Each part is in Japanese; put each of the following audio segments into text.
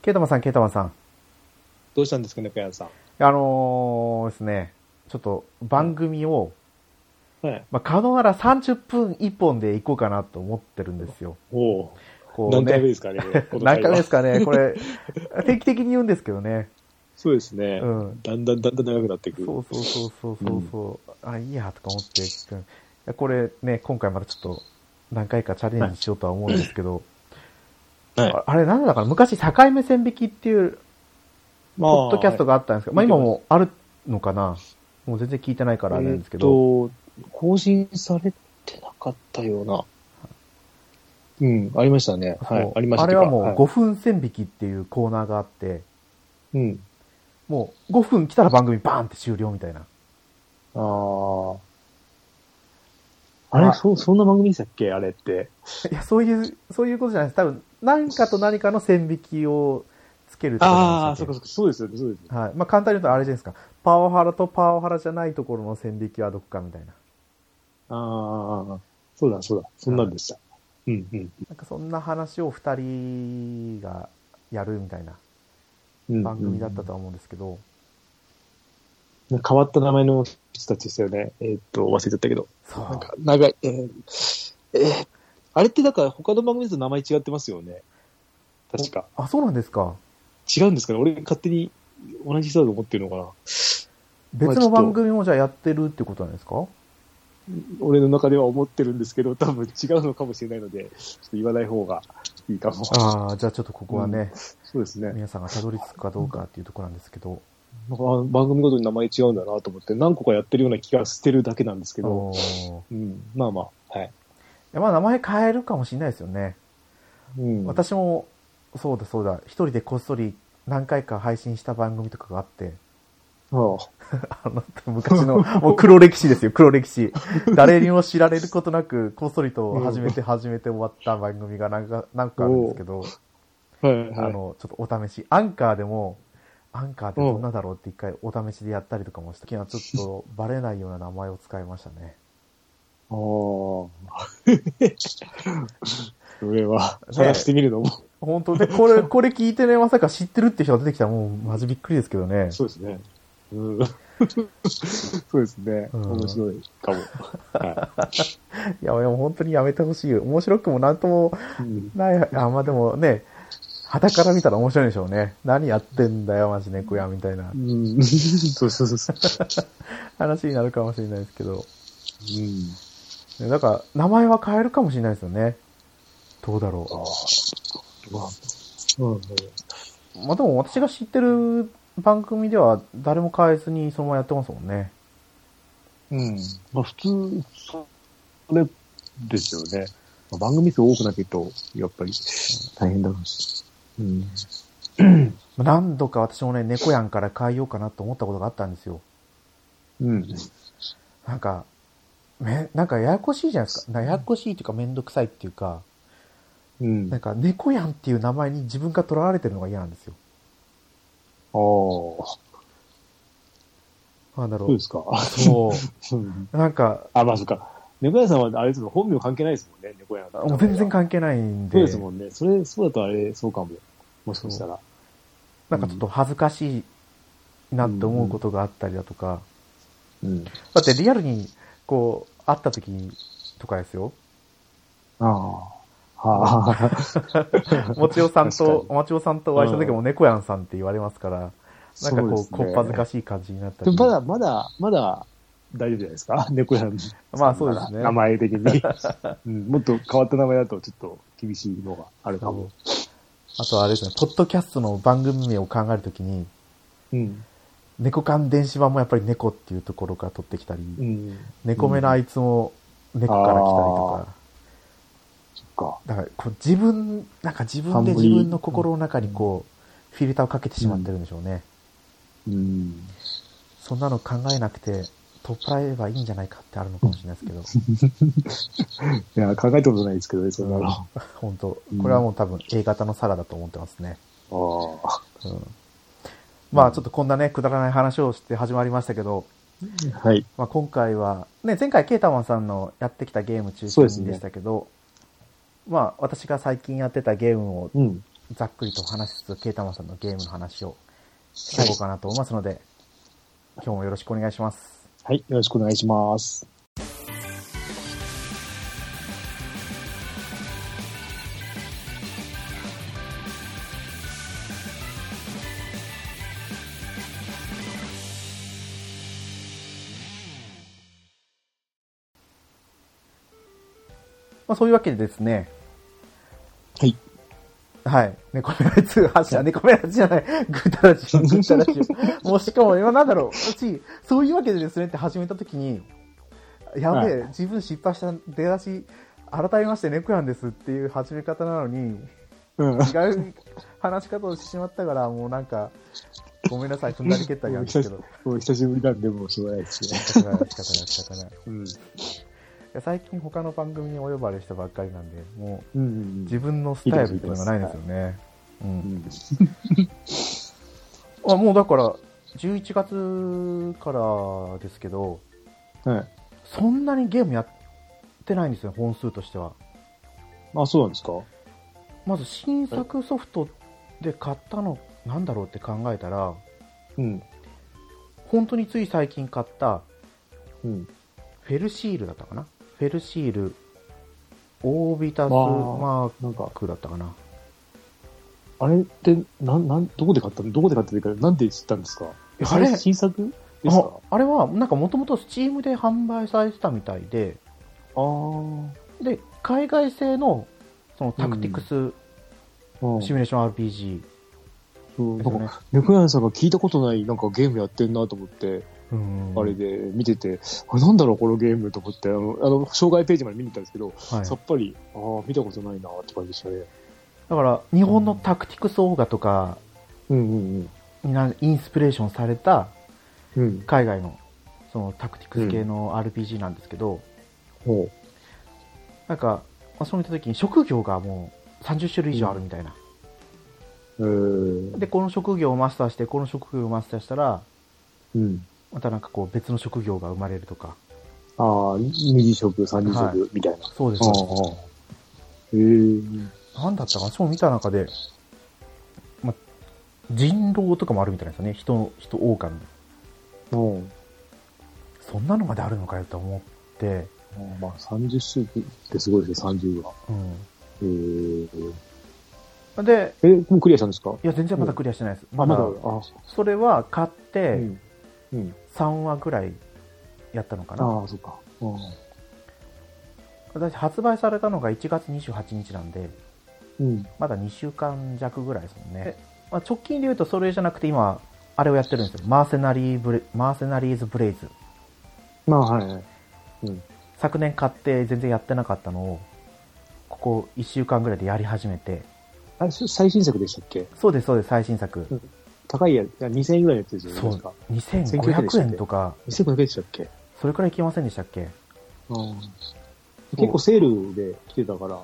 ケイタマンさん、ケイタマンさん。 どうしたんですかね、ペアンさん。 ですね、ちょっと番組を、 はい。 可能なら30分1本でいこうかなと思ってるんですよ。 おお。 こう何回目ね、 ですかね、この何回目回は。 ですかね、これ、定期的に言うんですけどね。 そうですね。 うん。 だんだん長くなっていく。 そうそうそうそううん。 そうそう、あ、いいやとか思って、これね、今回またちょっと何回かチャレンはい。 ジしようとは思うんですけど、 はい。 あれなんだかな、昔境目線引きっていうまあ、 ポッドキャスはい。 トがあったんですけど、今聞いてます。 もあるのかな。もう全然聞いてないからあれなんえーっですけど、 と、更新されてなかったような。うん、ありましたね。はい。 そう。 ありましたっていうか、 あれはもうは 5分線引きっていうコーナーがあって、 い。うん。 もう5分来たら番組バーンって終了みたいな。 ああ。あれ、 まそんな番組でしたっけあれって。 いや、そういうことじゃないです。多分、何かと何かの線引きをつけるとかじゃないでしたああ、 っけ。 そうですよね、そうですよね。 はい。簡単に言うとあれじゃないですか。パワハラとパワハラじゃないところの線引きはどこかみたいああ、そうだ。そな。はい。 んなんでした。うん、うん、 そんな話を2人がやるみたいなうん、 番組だったとは思うんですけど、 変わった名前の人たちですよね。忘れちゃったけど。 そう。 なんか、長い。あれってだから他の番組だと名前違ってますよね。確か。 あ、そうなんですか。 違うんですかね。俺勝手に同じ人だと思ってるのかな。まあ別のちょっと、 番組もじゃあやってるってことなんですか？ 俺の中では思ってるんですけど、多分違うのかもしれないので、ちょっと言わない方がいいかも。 ああ、じゃあちょっとここうん。 はね、 そうですね。 皆さんがたどり着くかどうかっていうところなんですけど、 なんか番組ごとに名前違うんだなと思って、何個かやってるような気がしてるだけなんですけど、 おー。 うん。まあまあ、はい。 名前変えるかもしれないですよね。 うん。 私も、そうだそうだ、一人でこっそり何回か配信した番組とかがあって、 ああ。 昔の、もう黒歴史ですよ、黒歴史。誰にも知られることなく、こっそりとうん。 始めて終わった番組が何個かあるんですおけど、 はいはい。 ちょっとお試し。アンカーでも、アンカーってうん。 どんなだろうって一回お試しでやったりとかもした。時はちょっとバレないような名前を使いましたね。 ああ。それは、探しね、 てみるのも。 本当で、これ聞いてね、まさか知ってるって人が出てきたらもうマジびっくりですけどね。 そうですね。うん。そうですね。 うん。 面白いかも。はいや、でも本当にやめてほしい。面白くもなんともい。うん。 ない、まあでもね、傍から見たら面白いでしょうね。何やってんだよ、マジ猫や、みたいなうん。そう。 話になるかもしれないですけど。 うん。 だから、名前は変えるかもしれないですよね。どうだろああ。まあ、うん。 う。まあでも私が知ってる番組では誰も変えずにそのままやってますもんね。 うん。まあ普通、それですよね。まあ、番組数多くなきゃと、やっぱり大変だろうし。うん。 何度か私もね、猫やんから変えようかなと思ったことがあったんですよ。 うん。 なんか、なんかややこしいじゃないですか。ややこしいっていうかめんどくさいっていうか、 うん。 なんか猫やんっていう名前に自分が囚われてるのが嫌なんですよ。 ああ。 なんだろそうですか。 う。そうん。 う。なんか、 あ、まあそっか。猫屋さんはあれですもん、本名関係ないですもんね、猫屋ってもう全然名前は。 関係ないんそうですで、 もんね。そうだとあれ、そうかも。もしかしそう。 たら。 なんかちょっうん。 と恥ずかしいなうん、 って思うこうん、 とがあったりだとか、 うん。 だってリアルに、こう、会った時とかですよ。 ああ。 もう、 はあ。確かに。 もちおさんとお会いした時もうん。 猫やんさんって言われますから、なんかこう、 そうですこっぱずかね。 しい感じになったでもり。 まだ大丈夫じゃないですか。猫屋まあさんなら、名そうですね。 前的に。うん。もっと変わった名前だとちょっと厳しいのがあるかも。 そう。あとはあれですね、ポッドキャストの番組名を考えるときに、 うん。 猫缶電子版もやっぱり猫っていうところから取ってきたり、 うん。う猫目のあん。 いつもあ猫から来たりとか、 あ、そっか。 だからこうなんか自分で自分冠。 の心の中うん。 にこう、フィルターをかけてしまってうん。 るんでしょうね。 うん。 そんなの考えなくて、取っ払えばいいんじゃないかってあるのかもしれないですけど。 いや、考えたことないですけどね、そんなの。 うん。本当これはうん。 もう多分 A 型の差がだと思ってますね。 ああ。 うん。まあちょっうん。 とこんなね、くだらない話をして始まりましたけど、 はい。 まあ今回は、ね、前回ケータマンさんのやってきたゲーム中心でしそうですね。 たけど、まあ私が最近やってたゲームをうん。 ざっくりと話しつつ、ケイタマさんのゲームの話をしていこうかなと思いますので、今日もよろしくお願いします。 はい、よろしくお願いします。 そういうわけでですね。 はい。 はい。猫メラジ発射、猫メラジじゃない、グタラジオ、グタラジオ。もうしかも今なんだろう、そういうわけでですねって始めたときに、やべえ、はい、自分失敗した出だし、改めまして猫やんですっていう始め方なのに、違う話し方をしてしまったから、もうなんか、ごめんなさい、踏んだり蹴ったりなんですけど。 もう久しぶりなんで、もうしょうがないですね。 仕方ない、仕方ない。うん。最近他の番組にお呼ばれしたばっかりなんで、もう自分のスタイルっていうのがないんですよね。もうだから11月からですけど、 はい、 そんなにゲームやってないんですよ、本数としては。 あ、そうなんですか。 まず新作ソフトで買ったのなんだろうって考えたら、本当につい最近買った、フェルシールだったかな。フェルシールオービタスマークだったかな。 あれってどこで買ったの？どこで買ったのか、なんで知ったんですか？あれ新作ですか？ あれはなんかもともとスチームで販売されてたみたいで、で海外製のそのタクティクスシミュレーション RPG。 なんか猫屋さんが聞いたことないなんかゲームやってんなと思って。あれで見てて、あれなんだろうこのゲームと思って、障害ページまで見に行ったんですけど、はい、さっぱり、見たことないなって感じでしたね。 だから、日本のタクティクスオーガとか、インスピレーションされた、海外の、そのタクティクス系の RPG なんですけど、なんか、そういった時に職業がもう30種類以上あるみたいな。で、この職業をマスターして、この職業をマスターしたら、またなんかこう別の職業が生まれるとか。 二次職、三次職みたいな。 そうです。なんだったかな、そう見た中で、人狼とかもあるみたいですよね。人狼。そんなのまであるのかよと思って。 30種ってすごいですね、30は。 で、 もうクリアしたんですか？ いや、全然まだクリアしてないです。まだ、それは買って、3話ぐらいやったのかな。 そうか。 私発売されたのが1月28日なんで、まだ2週間弱ぐらいですもんね。直近で言うとそれじゃなくて今、あれをやってるんですよ。マーセナリーズブレイズ。昨年買って全然やってなかったのを、ここ1週間ぐらいでやり始めて。 最新作でしたっけ？ そうです、最新作。 高いやつ、2000円ぐらいのやつですよね。 そう、2500円とか。 2500円でしたっけ？ それくらいいきませんでしたっけ？ 結構セールで来てたから。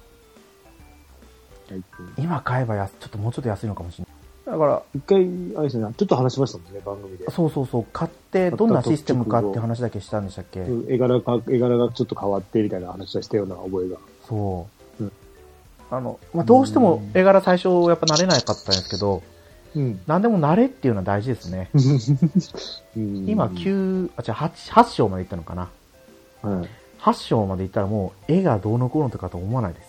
今買えばちょっともうちょっと安いのかもしれない。だから、 一回、あれですね、ちょっと話しましたもんね、番組で。 そう、買って、どんなシステムかって話だけしたんでしたっけ？ 絵柄がちょっと変わってみたいな話はしたような覚えが。 そう。どうしても絵柄最初やっぱ慣れなかったんですけど、何でも慣れっていうのは大事ですね。今8章までいったのかな。8章までいったらもう絵がどうのこうのとかと思わないです。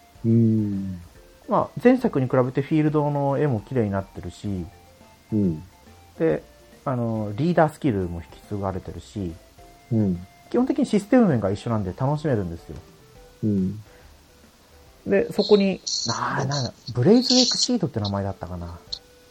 前作に比べてフィールドの絵も綺麗になってるし、で、リーダースキルも引き継がれてるし、基本的にシステム面が一緒なんで楽しめるんですよ。で、そこに、ブレイズエクシードって名前だったかな。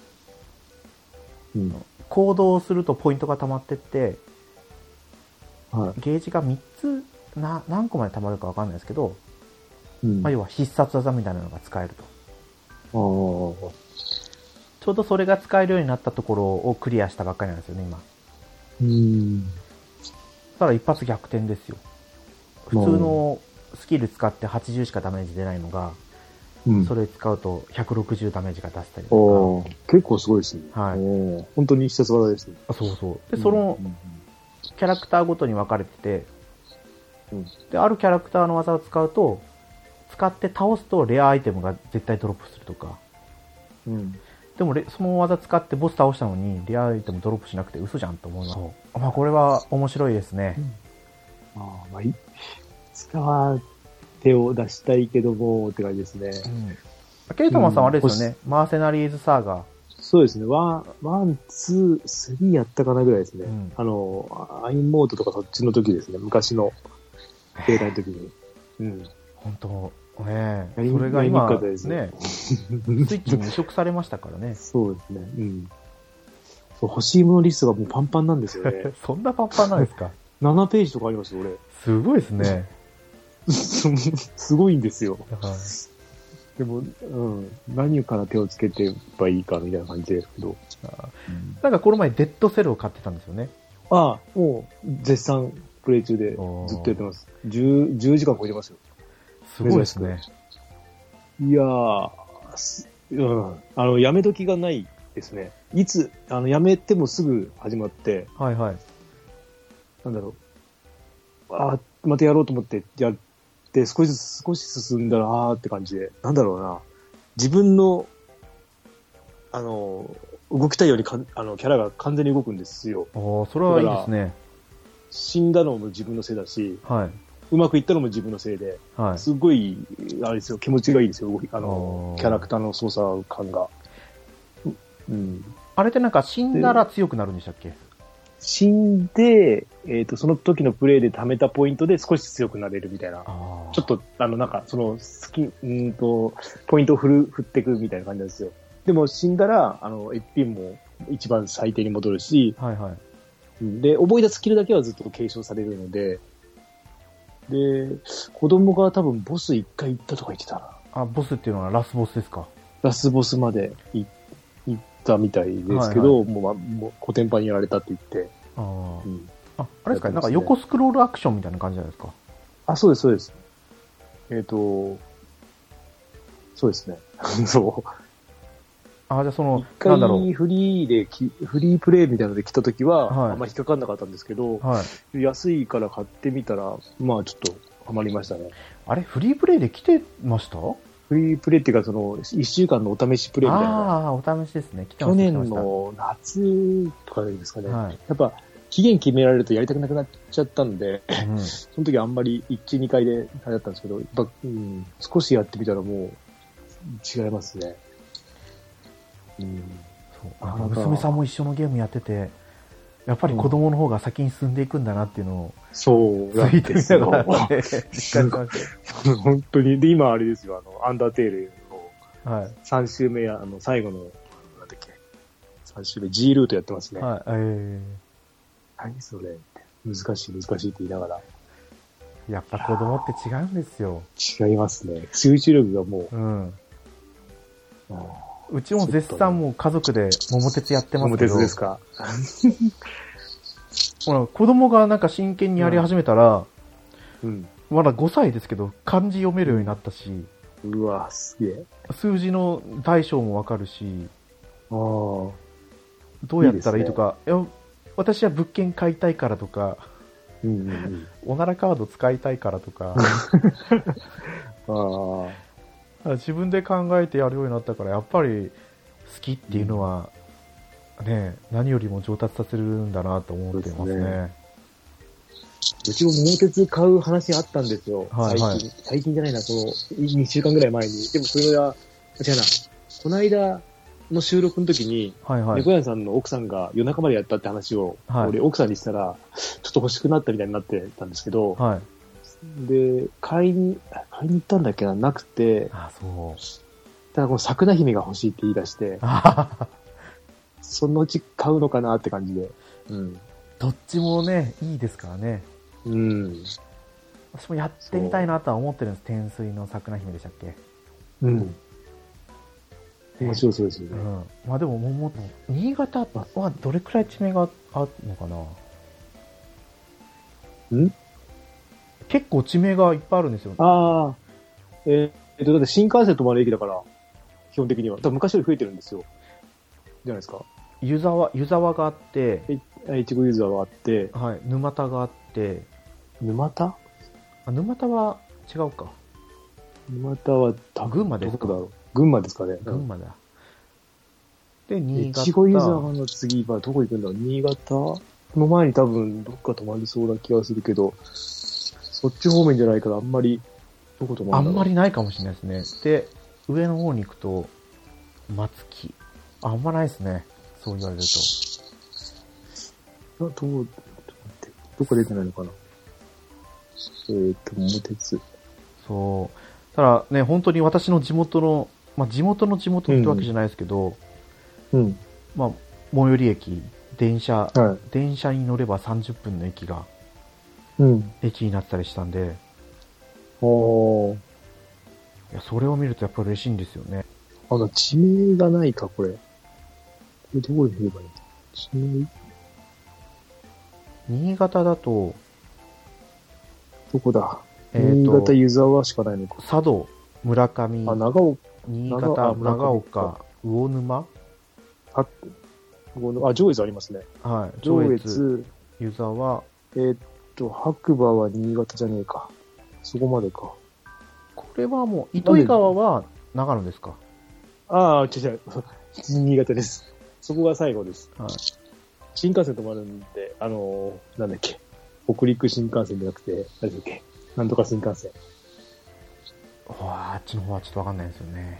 行動するとポイントが溜まってって、ゲージが3つ、何個まで溜まるかわかんないですけど、要は必殺技みたいなのが使えると。ちょうどそれが使えるようになったところをクリアしたばっかりなんですよね、今。ただ一発逆転ですよ。普通のスキル使って80しかダメージ出ないのが、それ使うと160ダメージが出せたりとか。 結構すごいですね。本当に必殺技ですね。 そう。で、その、キャラクターごとに分かれてて、で、あるキャラクターの技を使うと、 使って倒すとレアアイテムが絶対ドロップするとか。 うん。 でもその技使ってボス倒したのにレアアイテムドロップしなくて嘘じゃんと思います。まあこれは面白いですね。 まあいつかは手を出したいけどもって感じですね。 ケイトマンさんはあれですよね、マーセナリーズサーガー。 そうですね。ワン、ツー、スリーやったかなぐらいですね。アインモードとかそっちの時ですね。昔の携帯の時に。 本当ねそれが今、ね、スイッチに移植されましたからね。 そうですね。そう、欲しいものリストがもうパンパンなんですよね。 そんなパンパンなんですか？ 7 ページとかありますよ、俺。 すごいですね。 すごいんですよ。でも、何から手をつけてばいいかみたいな感じですけど。 なんかこの前デッドセルを買ってたんですよね。 もう絶賛プレイ中でずっとやってます。10時間超えてますよ。 すごいですね。 いやー、やめ時がないですね。いつ、やめてもすぐ始まって、 はいはい。 なんだろう。またやろうと思ってやって、少し進んだら、って感じで、なんだろうな。自分の、動きたいようにキャラが完全に動くんですよ。 それはいいですね。 死んだのも自分のせいだし、うまくいったのも自分のせいで、すごい、あれですよ、気持ちがいいですよ、キャラクターの操作感が。 あれってなんか死んだら強くなるんでしたっけ？ 死んで、その時のプレイで貯めたポイントで少し強くなれるみたいな。ちょっと、なんか、ポイントを振っていくみたいな感じなんですよ。でも死んだら、FP も一番最低に戻るし、で、覚えたスキルだけはずっと継承されるので、で、子供が多分ボス1回行ったとか言ってたな。 ボスっていうのはラスボスですか？ ラスボスまで行ったみたいですけど、もうコテンパンにやられたって言って。 あれですかね、なんか横スクロールアクションみたいな感じじゃないですか？ そうです、そうです。そうですね。そう。 じゃあ一回フリープレイみたいなので来た時は、あんま引っかかんなかったんですけど、安いから買ってみたら、まあちょっとハマりましたね。 あれフリープレイで来てました？ フリープレイっていうか、1週間のお試しプレイみたいな。 お試しですね。 去年の夏とかですかね。やっぱ、期限決められるとやりたくなくなっちゃったんで、その時あんまり1、2回であれだったんですけど、やっぱ、少しやってみたらもう違いますね。 娘さんも一緒のゲームやってて、やっぱり子供の方が先に進んでいくんだなっていうのを、 そうなんですよ。本当に。で、今あれですよ、アンダーテールの3周目や、最後の、なんだっけ、3周目、G ルートやってますね。何それ難しいって言いながら。 やっぱ子供って違うんですよ。 違いますね。集中力がもう。うちも絶賛もう家族で桃鉄やってますけど。 桃鉄ですか。 子供がなんか真剣にやり始めたら、まだ5歳ですけど漢字読めるようになったし、 うわ、すげえ。 数字の大小もわかるし、どうやったらいいとか、私は物件買いたいからとか、おならカード使いたいからとか、自分で考えてやるようになったから、やっぱり好きっていうのは、何よりも上達させるんだなと思ってますね。 うちも桃鉄買う話あったんですよ。最近じゃないな、この2週間ぐらい前に。でもそれは、違うな、この間の収録の時に、猫屋さんの奥さんが夜中までやったって話を、俺奥さんにしたら、ちょっと欲しくなったみたいになってたんですけど、で、買いに行ったんだっけなくて、ただこの桜姫が欲しいって言い出して、そのうち買うのかなって感じで。 どっちもね、いいですからね。私もやってみたいなとは思ってるんです。天水の桜姫でしたっけ？ 面白そうですよね。 まあでも、新潟はどれくらい地名があるのかな？結構地名がいっぱいあるんですよ。 だって新幹線止まる駅だから、基本的には。多分昔より増えてるんですよ。じゃないですか。 湯沢があって、 越後湯沢があって、 沼田があって、 沼田？ 沼田は違うか。 沼田は群馬ですか？ どこだろう。群馬ですかね。 群馬だ。で、新潟。 越後湯沢の次はどこ行くんだろう。新潟の前に多分どっか泊まりそうな気がするけど、そっち方面じゃないからあんまり、どこ泊まるんだろう。 あんまりないかもしれないですね。で、上の方に行くと、松木。あんまないですね。そう言われると。 どこ出てないのかな。桃鉄。 そう。ただね、本当に私の地元の、まあ、地元の地元ってわけじゃないですけど、 うん。 まあ、最寄り駅、電車に乗れば30分の駅が、駅になったりしたんで、いや、それを見るとやっぱり嬉しいんですよね。 地名がないか、これ。どこで言えばいい？地名？ 新潟だと、 どこだ？新潟湯沢しかないのか。 佐渡、村上、 新潟、 長岡、魚沼、 上越ありますね。 はい。上越、湯沢、 白馬は新潟じゃねえか。そこまでか。 これはもう、糸魚川は長野ですか？ 違う。新潟です。そこが最後です。 はい。 新幹線止まるんで、なんだっけ。北陸新幹線じゃなくて、何だっけ。なんとか新幹線。 あっちの方はちょっとわかんないですよね。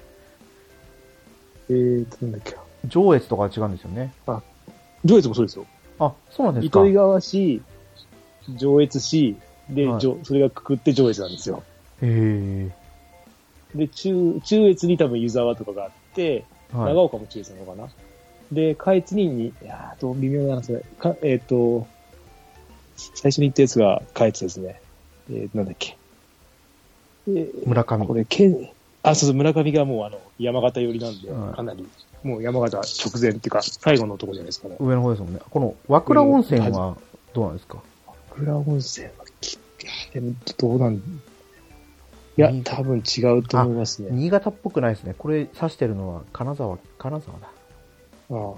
なんだっけ。 上越とかは違うんですよね。 上越もそうですよ。 あ、そうなんですか。 糸魚川市、上越市、で、それがくくって上越なんですよ。 へー。で、中越に多分湯沢とかがあって、長岡も中越なのかな。で、下越に、微妙な話だ。最初に言ったやつが下越ですね。なんだっけ。 村上。 これ、そう、村上がもう山形寄りなんで、かなり、もう山形直前っていうか、最後のところじゃないですかね。 上の方ですもんね。この、和倉温泉はどうなんですか？ 和倉温泉は、でも、どうなんいや、多分違うと思いますね。 新潟っぽくないですね。これ指してるのは金沢だ。 こ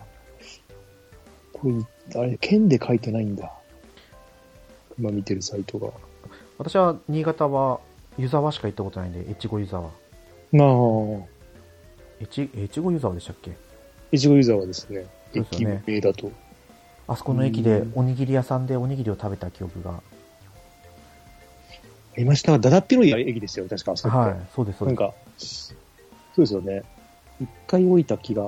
れ、県で書いてないんだ。今見てるサイトが。 私は新潟は湯沢しか行ったことないんで、越後湯沢。越後湯沢でしたっけ？ 越後湯沢ですね。 駅名だと。 あそこの駅でおにぎり屋さんでおにぎりを食べた記憶が。 ありました。だだっ広い駅でしたよ、確か。 はい、そうです、そうです。 なんか、そうですよね。一回降りた気が。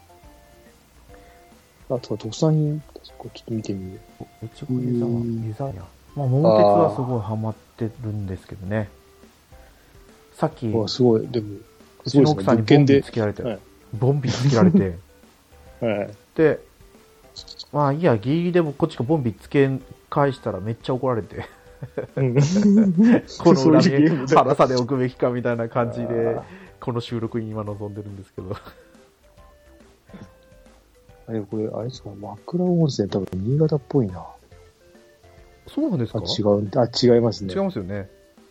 あとは特産品、ちょっと見てみる。 越後湯沢屋。まあ、桃鉄はすごいハマってるんですけどね。さっき、 すごい、でも、 うちの奥さんにボンビつけられて、ボンビつけられて、で、まあいいや、ギリギリでもこっちがボンビつけ返したらめっちゃ怒られて、この裏に晴らさでおくべきかみたいな感じで、この収録に今臨んでるんですけど。 これ、あれですか、枕温泉多分新潟っぽいな。 そうなんですか？ 違いますね。 違いますよね。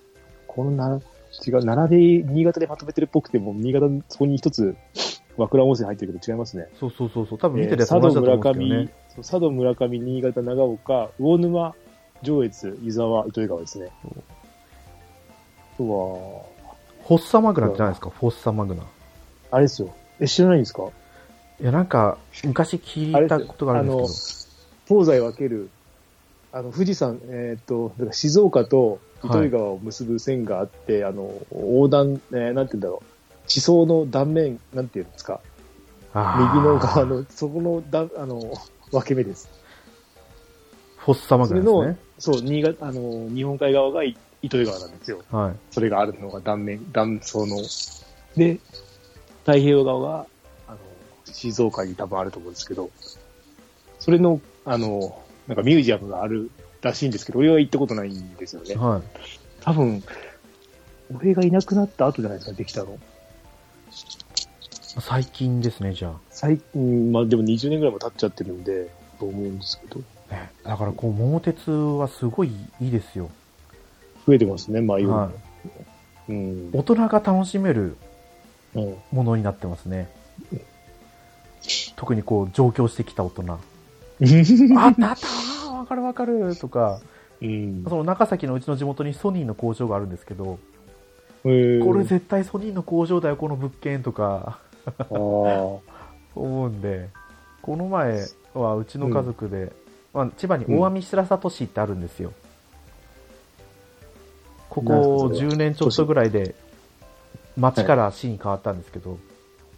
並び、新潟でまとめてるっぽくても、新潟、そこに一つ、枕温泉入ってるけど違いますね。 そう。多分見てるやつ同じだと思うんですけどね。 佐渡、村上、新潟、長岡、魚沼、上越、湯沢、糸魚川ですね。あとは、 フォッサマグナって何ですか？フォッサマグナ。 あれですよ。知らないんですか？ いや、なんか、昔聞いたことがあるんですけど。東西分ける、富士山、静岡と糸魚川を結ぶ線があって、横断、なんて言うんだろう。地層の断面、なんて言うんですか。右の側の、そこの、分け目です。 フォッサマグナですね。 そう、日本海側が糸魚川なんですよ。 はい。 それがあるのが断層の。で、太平洋側が、静岡に多分あると思うんですけど、それの、なんかミュージアムがあるらしいんですけど、俺は行ったことないんですよね。 はい。 多分、俺がいなくなった後じゃないですか、できたの。 最近ですね、じゃあ。 最近、まあでも20年ぐらいも経っちゃってるんで、と思うんですけど。 ね、だからこう、桃鉄はすごいいいですよ。 増えてますね、まあいう、 はい。大人が楽しめるものになってますね。特にこう、上京してきた大人。あったわかるとか、その長崎のうちの地元にソニーの工場があるんですけど、 これ絶対ソニーの工場だよこの物件とか思うんで、この前はうちの家族で、千葉に大網白里市ってあるんですよ。ここ10年ちょっとぐらいで町から市に変わったんですけど、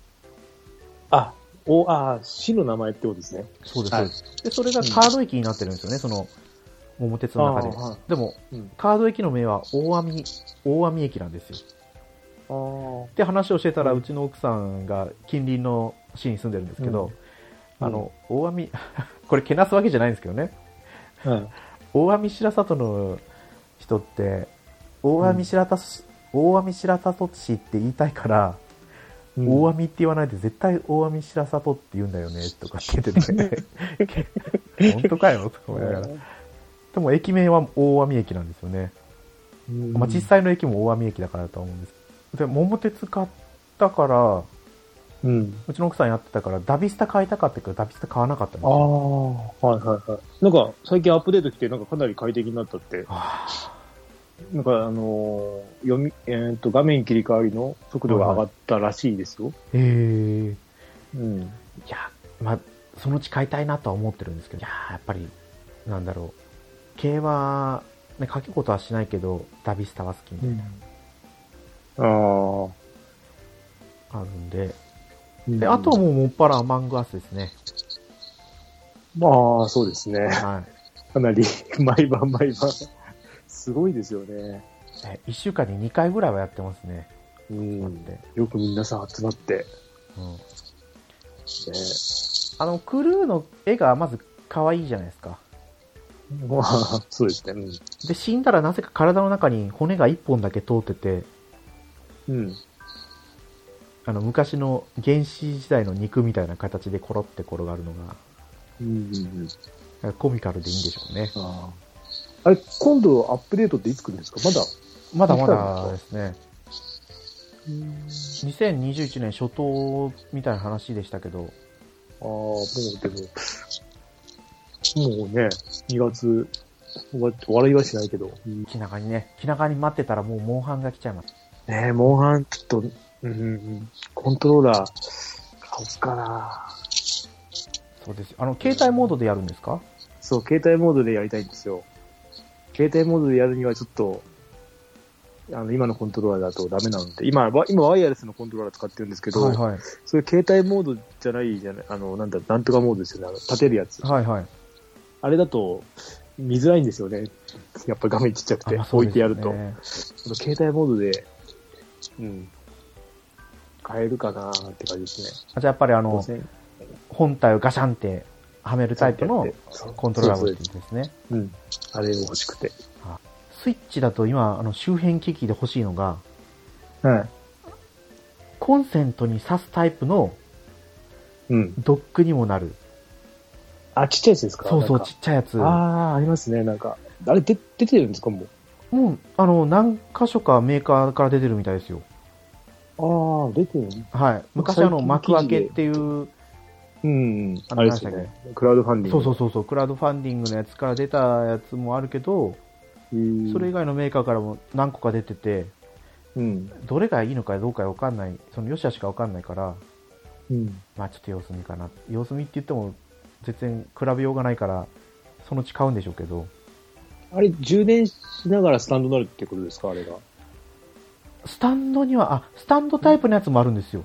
市の名前ってことですね。 そうです、そうです。で、それがカード駅になってるんですよね、その桃鉄の中で。でも、カード駅の名は大網駅なんですよ。って話をしてたら、うちの奥さんが近隣の市に住んでるんですけど、大網これけなすわけじゃないんですけどね、大網白里の人って大網白里市って言いたいから、大網って言わないで絶対大網白里って言うんだよねとか聞いてて本当かよとか思いながら、でも駅名は大網駅なんですよね。実際の駅も大網駅だからだと思うんです。で、桃鉄買ったから、うちの奥さんやってたからダビスタ買いたかったけどダビスタ買わなかったんですよ。 なんか最近アップデート来てなんかかなり快適になったって。なんか画面切り替わりの速度が上がったらしいですよ。いや、そのうち買いたいなとは思ってるんですけど、やっぱり、なんだろう。競馬、ね、書くことはしないけど、ダビスタは好きみたいな。あるんで。で、あとはもうもっぱらアマングアスですね。そうですね。かなり、毎晩。すごいですよね。1週間に2回ぐらいはやってますね。よく皆さん集まって。 クルーの絵がまず可愛いじゃないですか。 そうですね。 で、死んだらなぜか体の中に骨が1本だけ通ってて、昔の原始時代の肉みたいな形でコロって転がるのが、コミカルでいいんでしょうね。あれ、今度アップデートっていつ来るんですか？まだですね。2021年初頭みたいな話でしたけど。もうね、2月、終わりはしないけど。気長に待ってたらもうモンハンが来ちゃいます。モンハンちょっと、コントローラー買おうかな。そうです。携帯モードでやるんですか？そう、携帯モードでやりたいんですよ。携帯モードでやるにはちょっと、今のコントローラーだとダメなので、今ワイヤレスのコントローラー使ってるんですけど、そういう携帯モードじゃないじゃない、なんとかモードですよね、立てるやつ。あれだと、見づらいんですよね。やっぱり画面ちっちゃくて、置いてやると。携帯モードで、変えるかなーって感じですね。じゃあやっぱり本体をガシャンってはめるタイプのコントローラーですね。あれが欲しくて。スイッチだと今、周辺機器で欲しいのが、コンセントに挿すタイプの、ドックにもなる。ちっちゃいやつですか？そう、ちっちゃいやつ。ありますね、なんか。あれ、出てるんですか、もう？何箇所かメーカーから出てるみたいですよ。出てるね。昔幕開けっていう、あれですね。クラウドファンディング。そう、クラウドファンディングのやつから出たやつもあるけど、それ以外のメーカーからも何個か出てて、どれがいいのかどうかわかんない、良し悪しかわかんないから、ちょっと様子見かな。様子見って言っても、全然比べようがないから、そのうち買うんでしょうけど。あれ、充電しながらスタンドになるってことですか、あれが。スタンドには、スタンドタイプのやつもあるんですよ。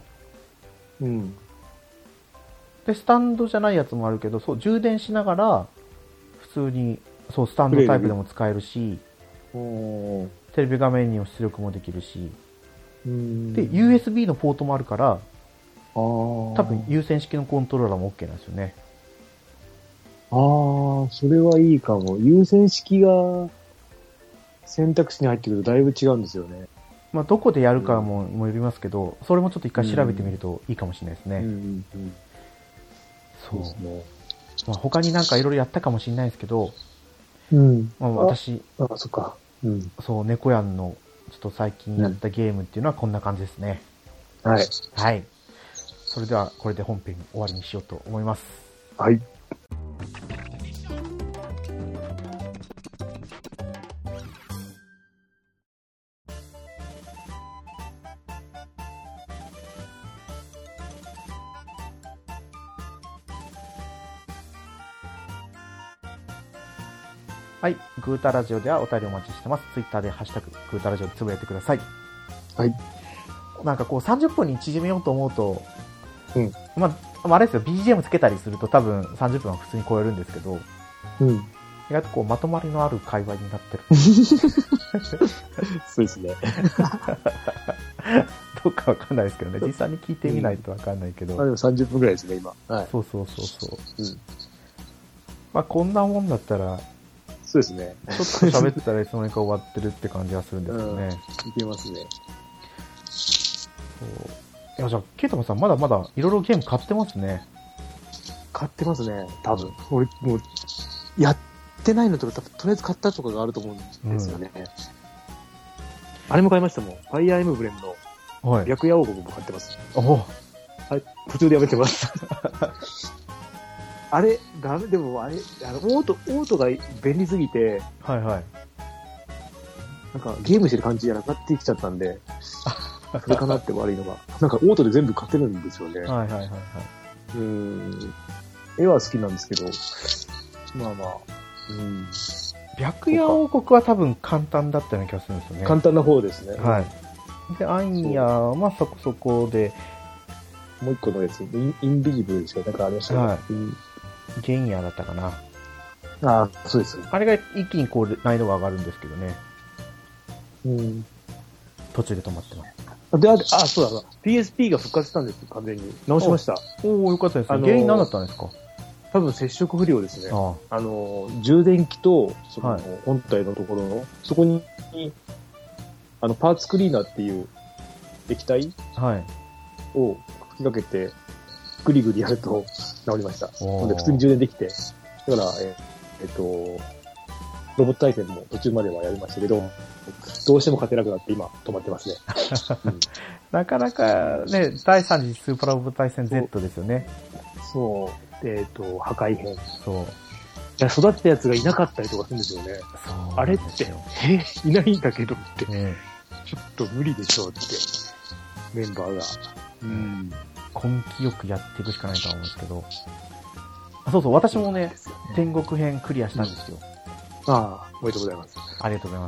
で、スタンドじゃないやつもあるけど、そう、充電しながら、普通に、そう、スタンドタイプでも使えるし、テレビ画面にも出力もできるし、で、USB のポートもあるから、多分有線式のコントローラーも OK なんですよね。それはいいかも。有線式が選択肢に入ってくるとだいぶ違うんですよね。どこでやるかもよりますけど、それもちょっと一回調べてみるといいかもしれないですね。そうですね。他になんかいろいろやったかもしれないですけど、私、そっか。そう、猫やんのちょっと最近やったゲームっていうのはこんな感じですね。はい。それではこれで本編終わりにしようと思います。はい。 はい。グータラジオではお便りお待ちしてます。ツイッターでハッシュタググータラジオでつぶやいてください。 はい。 なんかこう30分に縮めようと思うと、まあ、あれですよ、BGM つけたりすると多分30分は普通に超えるんですけど、意外とこうまとまりのある会話になってる。 そうですね。 どうかわかんないですけどね。実際に聞いてみないとわかんないけど。 でも30分くらいですね、今。はい。 そう。まあこんなもんだったら、 そうですね。 ちょっと喋ってたらいつの間にか終わってるって感じがするんですよね。 いけますね。 そう。いや、じゃあ、ケイタマさんまだまだいろいろゲーム買ってますね。 買ってますね、多分。俺、もう、やってないのとか、とりあえず買ったとかがあると思うんですよね。あれも買いましたもん。ファイアーエムブレムの白夜王国も買ってます。はい。途中でやめてます。あれ、ダメ、でもあれ、オートが便利すぎて、なんかゲームしてる感じじゃなくなってきちゃったんで、それかなって悪いのが。なんかオートで全部買ってるんですよね。絵は好きなんですけど、まあまあ、 白夜王国は多分簡単だったような気がするんですよね。 簡単な方ですね。 はい。で、アイヤーはそこそこで、 もう一個のやつ、インビジブルですよ。なんかありましたね。はい。 ゲンヤーだったかな。 ああ、そうです。 あれが一気にこう難易度が上がるんですけどね。途中で止まってます。 そうだ。PSP が復活したんですよ、完全に。直しました。 おー、よかったですね。原因何だったんですか？ 多分接触不良ですね。充電器と、本体のところの、そこに、パーツクリーナーっていう液体を吹きかけて、グリグリやると治りました。で普通に充電できて。だから、ロボット対戦も途中まではやりましたけど、どうしても勝てなくなって今止まってますね。 なかなかね、第3次スーパーロボット対戦 Z ですよね。 そう。破壊編。 そう。 いや、育ったやつがいなかったりとかするんですよね。あれって、いないんだけどって、ちょっと無理でしょうって、メンバーが。 根気よくやっていくしかないと思うんですけど。そうそう、私もね、天国編クリアしたんですよ。 おめでとうございます。 ありがとうございます。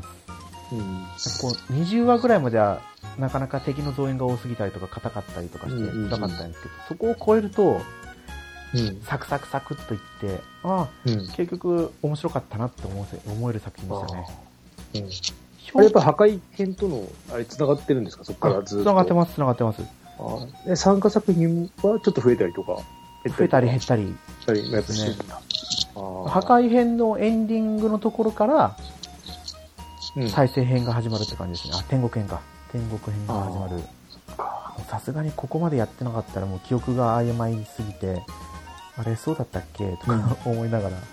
こう20話ぐらいまでは、なかなか敵の増援が多すぎたりとか硬かったりとかして辛かったんですけど、そこを超えると、サクサクサクっといって、結局面白かったなって思える作品でしたね。 あれやっぱ破壊編との、あれ繋がってるんですか？そこからずっと。 繋がってます。 参加作品はちょっと増えたりとか増えたり減ったり。ですね。破壊編のエンディングのところから、再生編が始まるって感じですね。天国編か。天国編が始まる。さすがにここまでやってなかったらもう記憶が曖昧すぎて、あれそうだったっけとか思いながら。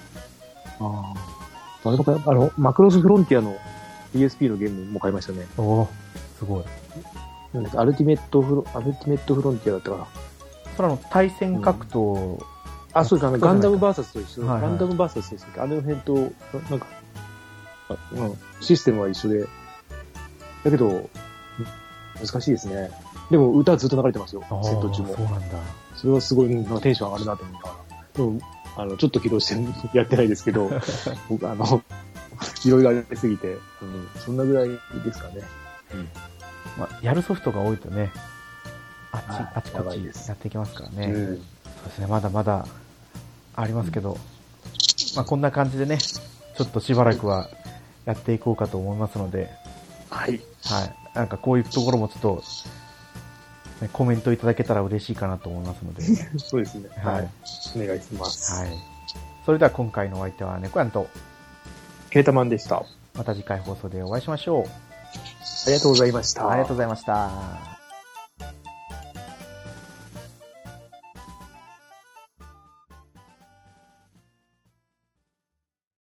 マクロスフロンティアの PSP のゲームも買いましたね。 すごい。 アルティメットフロンティアだったかな。 それ対戦格闘、 そうです。ガンダムバーサスと一緒。ガンダムバーサスですけど、あの辺と、なんか、システムは一緒で。だけど、難しいですね。でも歌はずっと流れてますよ、戦闘中も。 そうなんだ。 それはすごいテンション上がるなと思いながら。でも、ちょっと起動してやってないですけど、僕いろいろありすぎて、そんなぐらいですかね。 やるソフトが多いとね、あちこちやっていきますからね。そうですね、まだまだありますけど、こんな感じでね、ちょっとしばらくはやっていこうかと思いますので、なんかこういうところもちょっと、コメントいただけたら嬉しいかなと思いますので。 そうですね。お願いします。 それでは今回のお相手は猫やんと、 ケータマンでした。 また次回放送でお会いしましょう。 ありがとうございました。 ありがとうございました。